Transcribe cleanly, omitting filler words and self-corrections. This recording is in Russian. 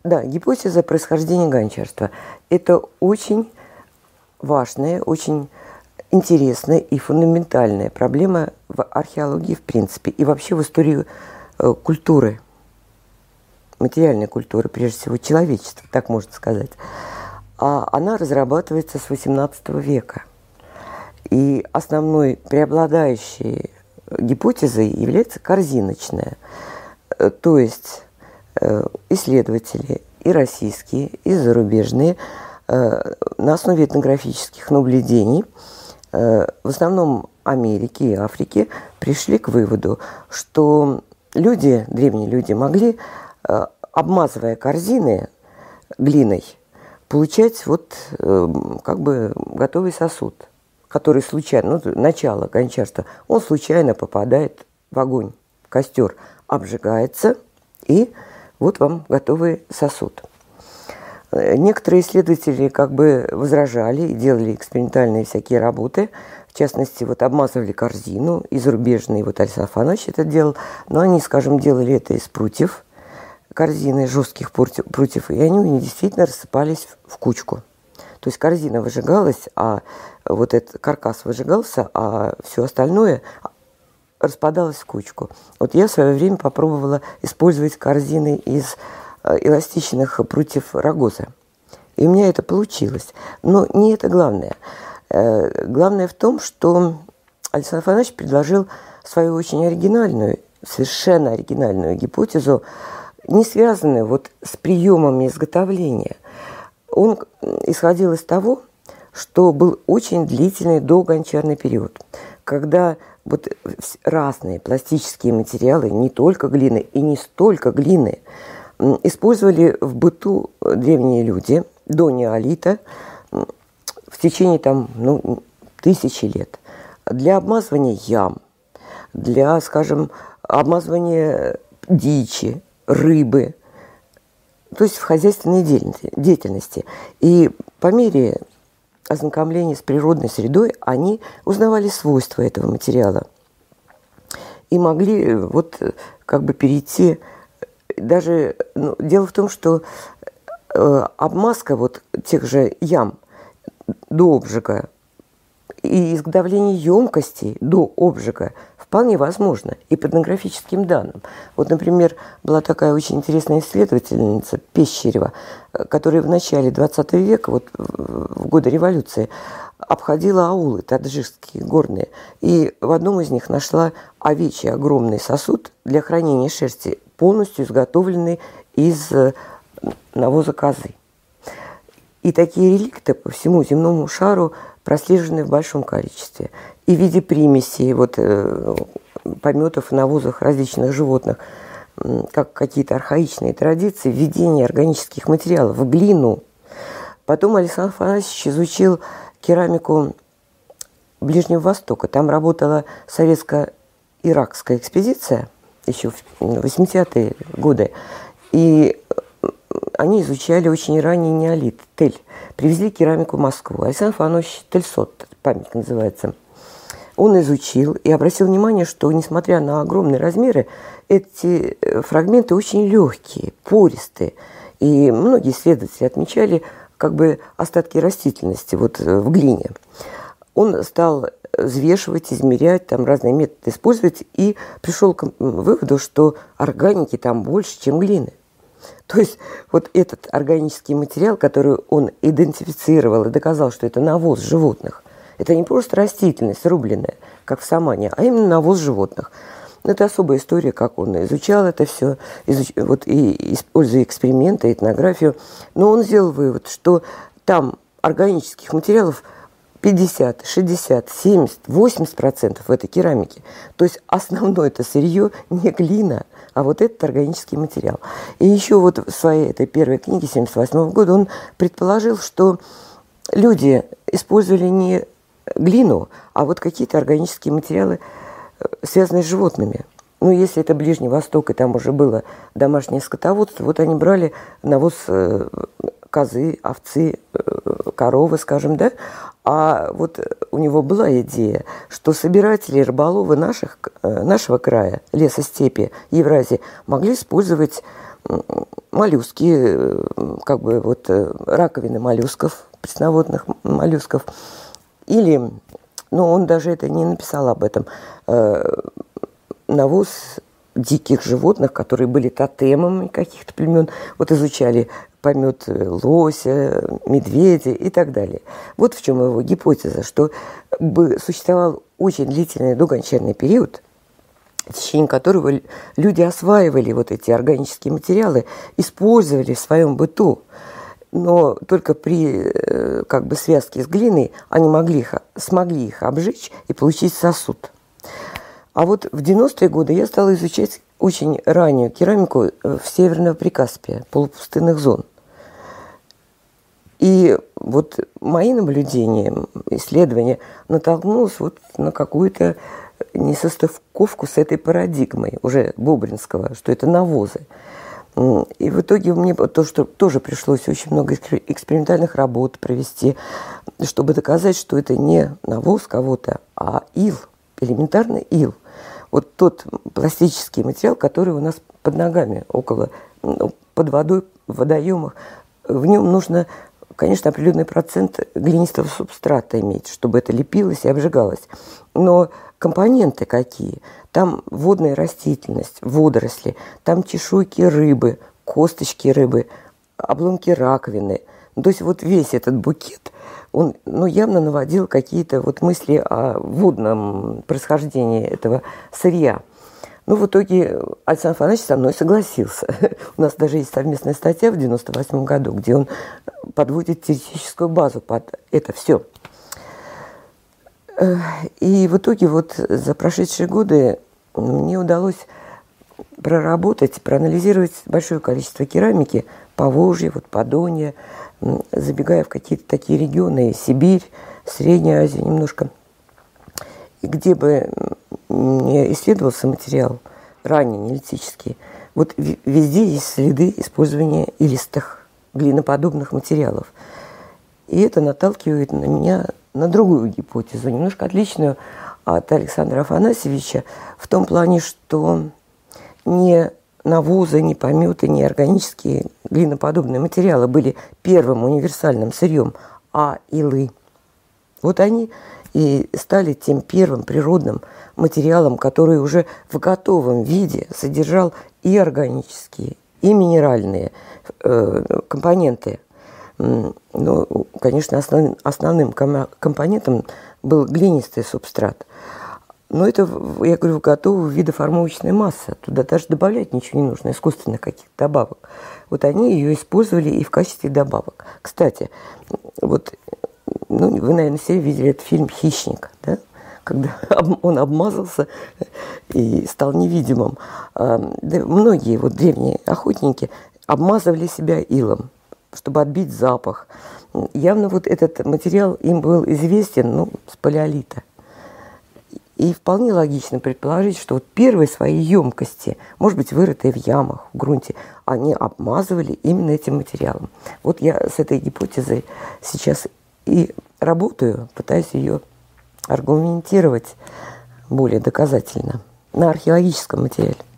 Да, гипотеза происхождения гончарства. Это очень важная, очень интересная и фундаментальная проблема в археологии в принципе и вообще в истории культуры, материальной культуры, прежде всего человечества, так можно сказать. А она разрабатывается с XVIII века. И основной преобладающей гипотезой является корзиночная. То есть исследователи и российские, и зарубежные на основе этнографических наблюдений в основном Америки и Африки пришли к выводу, что люди, древние люди, могли, обмазывая корзины глиной, получать вот как бы готовый сосуд, который случайно, ну, начало гончарства, он случайно попадает в огонь, в костер, обжигается, и вот вам готовый сосуд. Некоторые исследователи как бы возражали и делали экспериментальные всякие работы. В частности, вот обмазывали корзину, и зарубежный вот Александр Афанасьевич это делал, но они, скажем, делали это из прутьев, корзины, жестких прутьев, и они действительно рассыпались в кучку. То есть корзина выжигалась, а вот этот каркас выжигался, а все остальное распадалось в кучку. Вот я в свое время попробовала использовать корзины из эластичных прутьев рогоза. И у меня это получилось. Но не это главное. Главное в том, что Александр Афанасьевич предложил свою очень оригинальную, совершенно оригинальную гипотезу, не связанную вот с приемами изготовления. Он исходил из того, что был очень длительный догончарный период, когда вот разные пластические материалы, не только глины и не столько глины, использовали в быту древние люди до неолита в течение там, тысячи лет для обмазывания ям, для, скажем, обмазывания дичи, рыбы, то есть в хозяйственной деятельности. И по мере ознакомления с природной средой они узнавали свойства этого материала и могли вот как бы перейти даже... дело в том, что обмазка вот тех же ям до обжига и изготовление емкостей до обжига вполне возможно и по этнографическим данным. Вот, например, была такая очень интересная исследовательница Пещерева, которая в начале 20 века, вот в годы революции, обходила аулы таджикские, горные, и в одном из них нашла овечий огромный сосуд для хранения шерсти, полностью изготовленный из навоза козы. И такие реликты по всему земному шару прослежены в большом количестве. И в виде примесей, вот, пометов в навозах различных животных, как какие-то архаичные традиции введения органических материалов в глину. Потом Александр Афанасьевич изучил керамику Ближнего Востока. Там работала советско-иракская экспедиция еще в 80-е годы. И они изучали очень ранний неолит, Тель. Привезли керамику в Москву. Александр Афанасьевич Тельсот, памятник называется. Он изучил и обратил внимание, что, несмотря на огромные размеры, эти фрагменты очень легкие, пористые. И многие исследователи отмечали как бы остатки растительности вот в глине. Он стал взвешивать, измерять, там разные методы использовать и пришел к выводу, что органики там больше, чем глины. То есть вот этот органический материал, который он идентифицировал и доказал, что это навоз животных, это не просто растительность рубленная, как в Самане, а именно навоз животных. Это особая история, как он изучал это все, вот, и используя эксперименты, этнографию. Но он сделал вывод, что там органических материалов 50, 60, 70, 80% в этой керамике. То есть основное это сырье не глина, а вот этот органический материал. И еще вот в своей этой первой книге 1978 года он предположил, что люди использовали не глину, а вот какие-то органические материалы, связанные с животными. Ну, если это Ближний Восток, и там уже было домашнее скотоводство, вот они брали навоз козы, овцы, коровы, скажем, да. А вот у него была идея, что собиратели и рыболовы нашего края, леса-степи, Евразии, могли использовать моллюски, как бы вот раковины моллюсков, пресноводных моллюсков. Или, ну, он даже это не написал об этом, навоз диких животных, которые были тотемами каких-то племен, вот изучали помет лося, медведя и так далее. Вот в чем его гипотеза, что существовал очень длительный догончарный период, в течение которого люди осваивали вот эти органические материалы, использовали в своем быту, но только при как бы связке с глиной они смогли их обжечь и получить сосуд. А вот в 90-е годы я стала изучать очень раннюю керамику в Северного Прикаспия, полупустынных зон. И вот мои наблюдения, исследования натолкнулись вот на какую-то несостыковку с этой парадигмой уже Бобринского, что это навозы. И в итоге мне тоже пришлось очень много экспериментальных работ провести, чтобы доказать, что это не навоз кого-то, а ил, элементарный ил. Вот тот пластический материал, который у нас под ногами, под водой, в водоемах, в нем нужно, конечно, определенный процент глинистого субстрата иметь, чтобы это лепилось и обжигалось. Но компоненты какие? Там водная растительность, водоросли, там чешуйки рыбы, косточки рыбы, обломки раковины. То есть вот весь этот букет, он явно наводил какие-то вот мысли о водном происхождении этого сырья. Ну, в итоге Александр Афанасьевич со мной согласился. У нас даже есть совместная статья в 1998 году, где он подводит теоретическую базу под это все. И в итоге вот за прошедшие годы мне удалось проработать, проанализировать большое количество керамики Поволжья, вот Подонья, забегая в какие-то такие регионы, Сибирь, Средняя Азия немножко, и где бы не исследовался материал ранний, неолитический, вот везде есть следы использования илистых, глиноподобных материалов. И это наталкивает на меня на другую гипотезу, немножко отличную от Александра Афанасьевича, в том плане, что не навозы, ни пометы, ни органические глиноподобные материалы были первым универсальным сырьем, а илы. Вот они и стали тем первым природным материалом, который уже в готовом виде содержал и органические, и минеральные компоненты. Ну, конечно, основным компонентом был глинистый субстрат. Но это, я говорю, готового вида формовочная масса. Туда даже добавлять ничего не нужно, искусственных каких-то добавок. Вот они ее использовали и в качестве добавок. Кстати, вот, вы, наверное, все видели этот фильм «Хищник», да? Когда он обмазался и стал невидимым. Да, многие вот древние охотники обмазывали себя илом, чтобы отбить запах. Явно вот этот материал им был известен, с палеолита. И вполне логично предположить, что вот первые свои емкости, может быть, вырытые в ямах, в грунте, они обмазывали именно этим материалом. Вот я с этой гипотезой сейчас и работаю, пытаюсь ее аргументировать более доказательно на археологическом материале.